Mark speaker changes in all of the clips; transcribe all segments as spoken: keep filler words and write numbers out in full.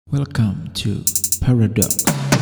Speaker 1: Welcome to Paradox.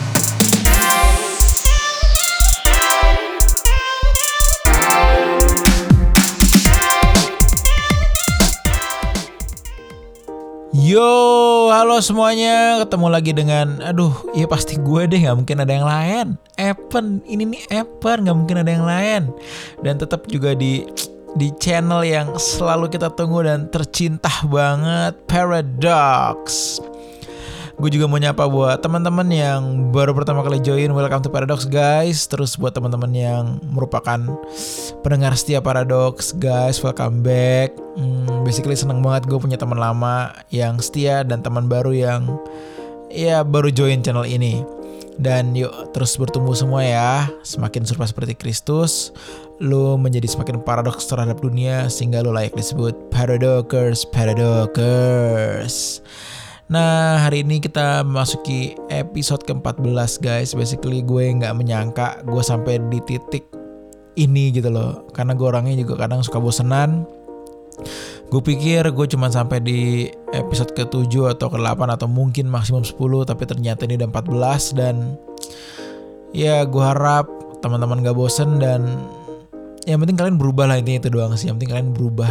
Speaker 1: Yo, halo semuanya, ketemu lagi dengan, aduh, ya pasti gue deh, nggak mungkin ada yang lain. Evan, ini nih Evan, nggak mungkin ada yang lain. Dan tetap juga di di channel yang selalu kita tunggu dan tercinta banget, Paradox. Gue juga mau nyapa buat teman-teman yang baru pertama kali join, welcome to Paradox guys. Terus buat teman-teman yang merupakan pendengar setia Paradox guys, welcome back. hmm, Basically seneng banget gue punya teman lama yang setia dan teman baru yang ya baru join channel ini. Dan yuk terus bertumbuh semua ya, semakin serupa seperti Kristus. Lu menjadi semakin paradoks terhadap dunia sehingga lu layak disebut Paradoxers, Paradoxers. Nah, hari ini kita memasuki episode keempat belas guys. Basically gue gak menyangka gue sampai di titik ini gitu loh. Karena gue orangnya juga kadang suka bosenan. Gue pikir gue cuma sampai di episode ke tujuh atau ke delapan atau mungkin maksimum sepuluh. Tapi ternyata ini udah empat belas. Dan ya gue harap teman-teman gak bosen. Dan yang penting kalian berubah lah, intinya itu doang sih. Yang penting kalian berubah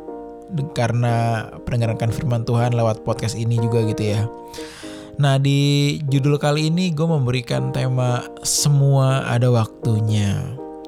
Speaker 1: karena pendengarkan firman Tuhan lewat podcast ini juga gitu ya. Nah, di judul kali ini gue memberikan tema semua ada waktunya.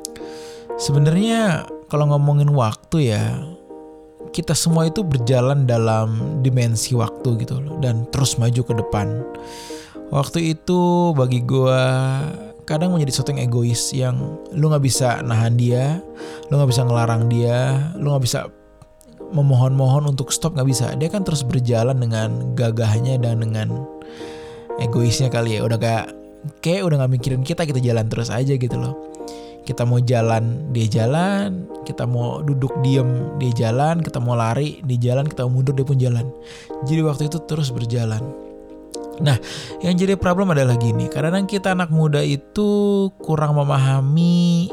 Speaker 1: Sebenarnya kalau ngomongin waktu ya, kita semua itu berjalan dalam dimensi waktu gitu loh, dan terus maju ke depan. Waktu itu bagi gue kadang menjadi sesuatu yang egois, yang lu gak bisa nahan dia, lu gak bisa ngelarang dia, lu gak bisa memohon-mohon untuk stop, gak bisa. Dia kan terus berjalan dengan gagahnya dan dengan egoisnya kali ya. Udah kayak kayak udah gak mikirin kita, kita jalan terus aja gitu loh. Kita mau jalan, dia jalan. Kita mau duduk diem, dia jalan. Kita mau lari, dia jalan. Kita mau mundur, dia pun jalan. Jadi waktu itu terus berjalan. Nah, yang jadi problem adalah gini. Kadang-kadang kita anak muda itu kurang memahami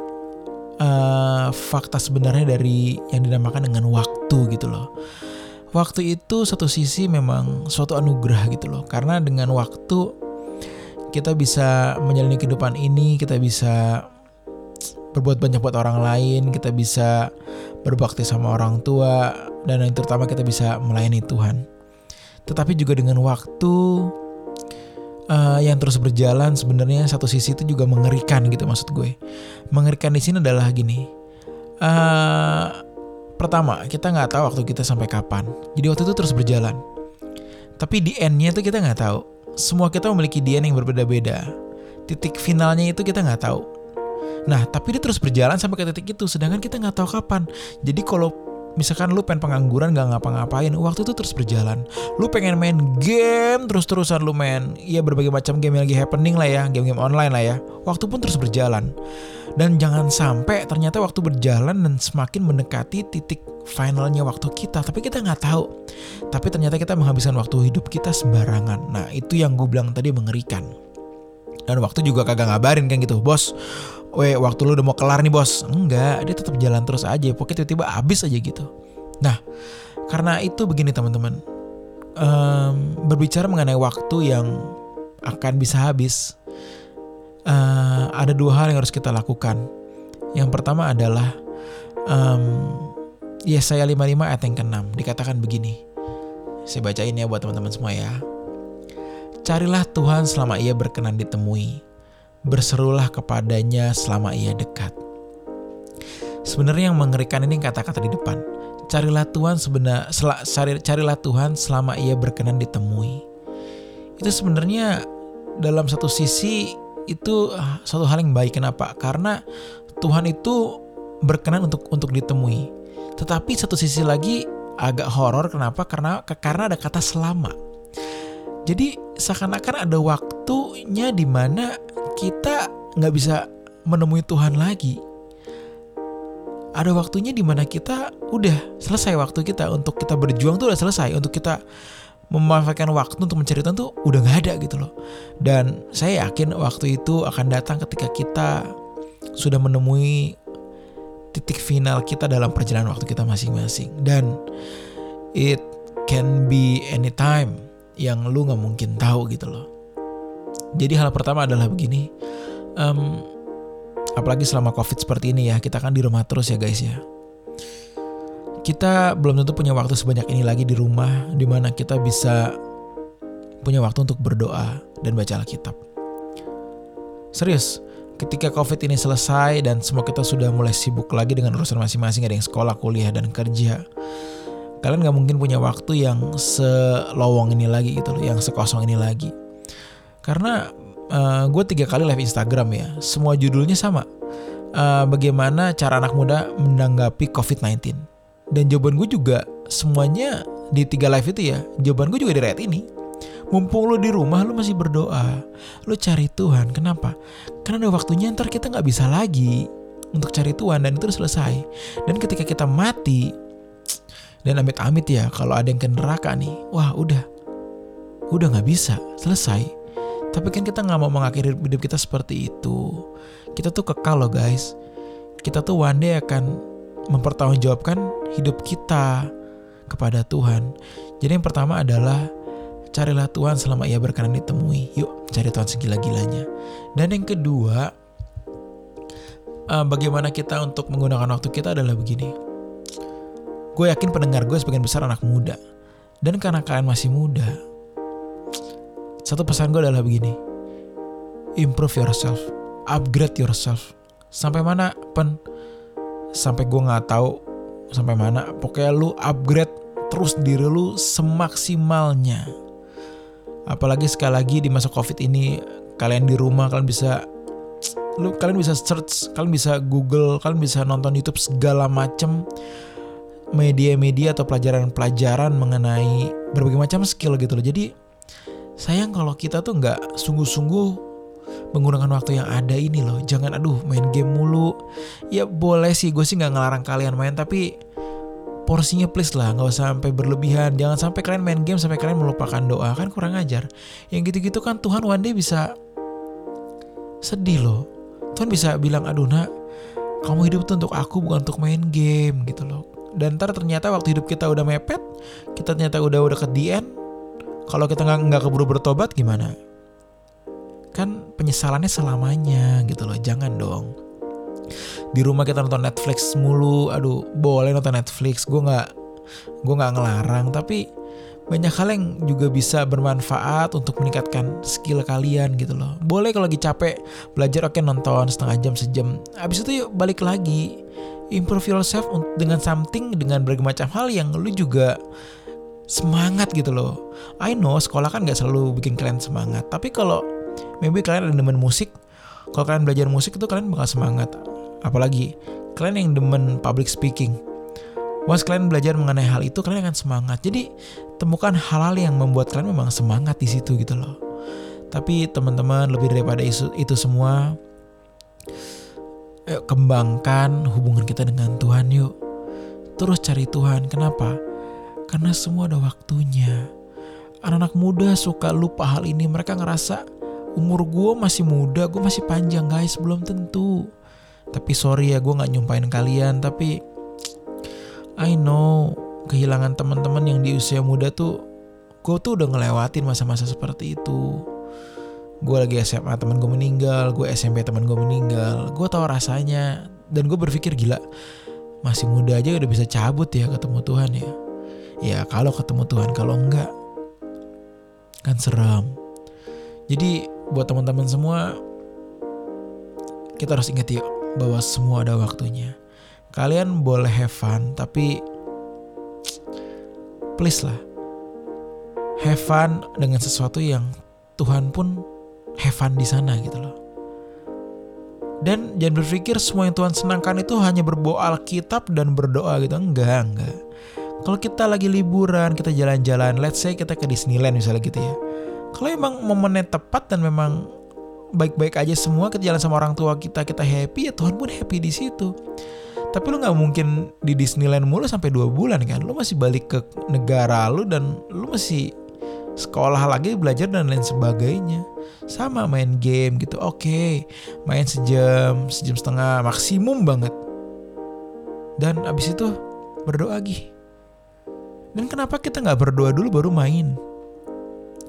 Speaker 1: Uh, fakta sebenarnya dari yang dinamakan dengan waktu gitu loh. Waktu itu satu sisi memang suatu anugerah gitu loh. Karena dengan waktu kita bisa menjalani kehidupan ini, kita bisa berbuat banyak buat orang lain, kita bisa berbakti sama orang tua, dan yang terutama kita bisa melayani Tuhan. Tetapi juga dengan waktu Uh, yang terus berjalan, sebenarnya satu sisi itu juga mengerikan gitu maksud gue. Mengerikan di sini adalah gini. Uh, pertama, kita nggak tahu waktu kita sampai kapan. Jadi waktu itu terus berjalan. Tapi di end-nya itu kita nggak tahu. Semua kita memiliki di end yang berbeda-beda. Titik finalnya itu kita nggak tahu. Nah, tapi dia terus berjalan sampai ke titik itu, sedangkan kita nggak tahu kapan. Jadi kalau misalkan lu pengen pengangguran gak ngapa-ngapain, waktu itu terus berjalan. Lu pengen main game terus-terusan, lu main ya berbagai macam game yang lagi happening lah ya, game-game online lah ya, waktu pun terus berjalan. Dan jangan sampai ternyata waktu berjalan dan semakin mendekati titik finalnya waktu kita, tapi kita gak tahu. Tapi ternyata kita menghabiskan waktu hidup kita sembarangan. Nah, itu yang gue bilang tadi mengerikan. Dan waktu juga kagak ngabarin kan gitu, bos, weh waktu lu udah mau kelar nih bos. Enggak, dia tetap jalan terus aja. Pokoknya tiba-tiba habis aja gitu. Nah, karena itu begini teman-teman, um, berbicara mengenai waktu yang akan bisa habis, uh, ada dua hal yang harus kita lakukan. Yang pertama adalah um, Yesaya lima puluh lima ayat yang keenam. Dikatakan begini, saya bacain ya buat teman-teman semua ya. Carilah Tuhan selama ia berkenan ditemui, berserulah kepadanya selama ia dekat. Sebenarnya yang mengerikan ini kata-kata di depan. Carilah Tuhan sebenar, sel, carilah Tuhan selama ia berkenan ditemui. Itu sebenarnya dalam satu sisi itu suatu hal yang baik. Kenapa? Karena Tuhan itu berkenan untuk untuk ditemui. Tetapi satu sisi lagi agak horor. Kenapa? Karena karena ada kata selama. Jadi seakan-akan ada waktunya di mana kita nggak bisa menemui Tuhan lagi. Ada waktunya di mana kita udah selesai waktu kita untuk kita berjuang tuh udah selesai, untuk kita memanfaatkan waktu untuk mencari Tuhan tuh udah nggak ada gitu loh. Dan saya yakin waktu itu akan datang ketika kita sudah menemui titik final kita dalam perjalanan waktu kita masing-masing. Dan it can be anytime. yang lu gak mungkin tahu gitu loh. Jadi hal pertama adalah begini, um, apalagi selama covid seperti ini ya, kita kan di rumah terus ya guys ya. Kita belum tentu punya waktu sebanyak ini lagi di rumah, dimana kita bisa punya waktu untuk berdoa dan baca Alkitab. Serius, ketika covid ini selesai dan semua kita sudah mulai sibuk lagi dengan urusan masing-masing, ada yang sekolah, kuliah, dan kerja, kalian gak mungkin punya waktu yang selowong ini lagi gitu loh, yang sekosong ini lagi. Karena uh, gue tiga kali live Instagram ya, semua judulnya sama, uh, bagaimana cara anak muda menanggapi covid sembilan belas. Dan jawaban gue juga semuanya di tiga live itu ya, jawaban gue juga di ayat ini. Mumpung lu di rumah, lu masih berdoa, lu cari Tuhan. Kenapa? Karena ada waktunya ntar kita gak bisa lagi untuk cari Tuhan, dan itu udah selesai. Dan ketika kita mati, dan amit-amit ya kalau ada yang ke neraka nih, wah udah, udah gak bisa, selesai. Tapi kan kita gak mau mengakhiri hidup kita seperti itu. Kita tuh kekal loh guys. Kita tuh one day akan mempertanggungjawabkan hidup kita kepada Tuhan. Jadi yang pertama adalah carilah Tuhan selama ia berkenan ditemui. Yuk cari Tuhan segila-gilanya. Dan yang kedua, bagaimana kita untuk menggunakan waktu kita adalah begini. Gue yakin pendengar gue sebagian besar anak muda. Dan karena kalian masih muda, satu pesan gue adalah begini. Improve yourself, upgrade yourself. Sampai mana pen? Sampai gue gak tahu sampai mana. Pokoknya lu upgrade terus diri lu semaksimalnya. Apalagi sekali lagi di masa covid ini, kalian di rumah, kalian bisa lu kalian bisa search, kalian bisa Google, kalian bisa nonton YouTube segala macem media-media atau pelajaran-pelajaran mengenai berbagai macam skill gitu loh. Jadi sayang kalau kita tuh gak sungguh-sungguh menggunakan waktu yang ada ini loh. Jangan aduh main game mulu. Ya boleh sih, gue sih gak ngelarang kalian main, tapi porsinya please lah, gak usah sampai berlebihan. Jangan sampai kalian main game sampai kalian melupakan doa, kan kurang ajar. Yang gitu-gitu kan Tuhan one day bisa sedih loh. Tuhan bisa bilang, aduh nak, kamu hidup tuh untuk aku, bukan untuk main game gitu loh. Dan ntar ternyata waktu hidup kita udah mepet, kita ternyata udah udah ke the end, kalau kita nggak nggak keburu bertobat gimana? Kan penyesalannya selamanya gitu loh. Jangan dong. Di rumah kita nonton Netflix mulu, aduh boleh nonton Netflix, gue nggak gue nggak ngelarang, tapi banyak hal yang juga bisa bermanfaat untuk meningkatkan skill kalian gitu loh. Boleh kalau lagi capek belajar, oke nonton setengah jam sejam, abis itu yuk balik lagi. Improve yourself dengan something, dengan berbagai macam hal yang lu juga semangat gitu loh. I know sekolah kan gak selalu bikin kalian semangat, tapi kalau maybe kalian ada demen musik, kalau kalian belajar musik itu kalian bakal semangat. Apalagi kalian yang demen public speaking, once kalian belajar mengenai hal itu, kalian akan semangat. Jadi temukan hal-hal yang membuat kalian memang semangat di situ gitu loh. Tapi teman-teman, lebih daripada itu, itu semua, yuk kembangkan hubungan kita dengan Tuhan yuk. Terus cari Tuhan. Kenapa? Karena semua ada waktunya. Anak-anak muda suka lupa hal ini. Mereka ngerasa umur gue masih muda, gue masih panjang guys. Belum tentu. Tapi sorry ya, gue gak nyumpain kalian. Tapi I know kehilangan teman-teman yang di usia muda tuh, gue tuh udah ngelewatin masa-masa seperti itu. Gue lagi S M A teman gue meninggal, gue S M P teman gue meninggal. Gue tahu rasanya. Dan gue berpikir gila, masih muda aja udah bisa cabut ya ketemu Tuhan ya. Ya kalau ketemu Tuhan, kalau enggak kan seram. Jadi buat teman-teman semua, kita harus ingat yuk bahwa semua ada waktunya. Kalian boleh have fun, tapi please lah, have fun dengan sesuatu yang Tuhan pun have fun di sana gitu loh. Dan jangan berpikir semua yang Tuhan senangkan itu hanya berbawa Alkitab dan berdoa gitu. Enggak, enggak. Kalau kita lagi liburan, kita jalan-jalan, let's say kita ke Disneyland misalnya gitu ya. Kalau emang momennya tepat dan memang baik-baik aja semua, kita jalan sama orang tua kita, kita happy, ya Tuhan pun happy di situ. Tapi lu gak mungkin di Disneyland mulu sampai dua bulan kan. Lu masih balik ke negara lu dan lu masih sekolah lagi, belajar dan lain sebagainya. Sama main game gitu, oke okay. Main sejam, sejam setengah maksimum banget. Dan abis itu berdoa lagi. Dan kenapa kita gak berdoa dulu baru main?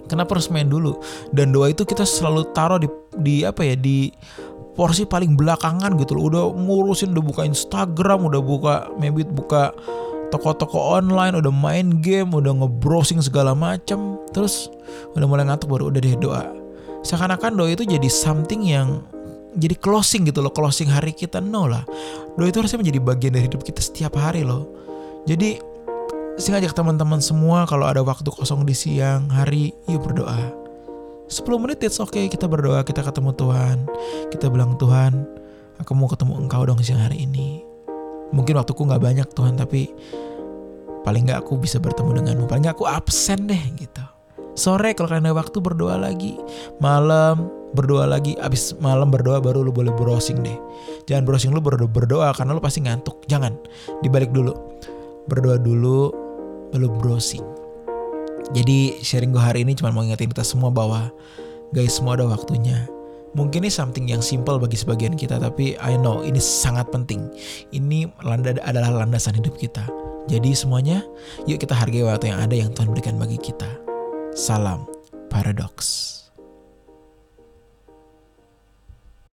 Speaker 1: Kenapa harus main dulu? Dan doa itu kita selalu taruh di di apa ya, di porsi paling belakangan gitu loh. Udah ngurusin, udah buka Instagram, udah buka maybe buka toko-toko online, udah main game, udah nge-browsing segala macam, terus udah mulai ngantuk baru udah deh doa. Seakan-akan doa itu jadi something yang jadi closing gitu loh, closing hari kita. No lah, doa itu harusnya menjadi bagian dari hidup kita setiap hari loh. Jadi saya ngajak teman-teman semua kalau ada waktu kosong di siang hari, yuk berdoa. sepuluh menit it's okay, kita berdoa, kita ketemu Tuhan. Kita bilang, Tuhan, aku mau ketemu Engkau dong siang hari ini. Mungkin waktuku gak banyak Tuhan, tapi paling gak aku bisa bertemu denganmu. Paling gak aku absen deh gitu. Sore kalau kalian ada waktu berdoa lagi. Malam berdoa lagi. Abis malam berdoa baru lu boleh browsing deh. Jangan browsing lu baru berdoa karena lu pasti ngantuk. Jangan, dibalik dulu. Berdoa dulu baru browsing. Jadi sharing gue hari ini cuma mau ngingetin kita semua bahwa guys, semua ada waktunya. Mungkin ini something yang simple bagi sebagian kita, tapi I know ini sangat penting. Ini landa, adalah landasan hidup kita. Jadi semuanya, yuk kita hargai waktu yang ada yang Tuhan berikan bagi kita. Salam Paradox.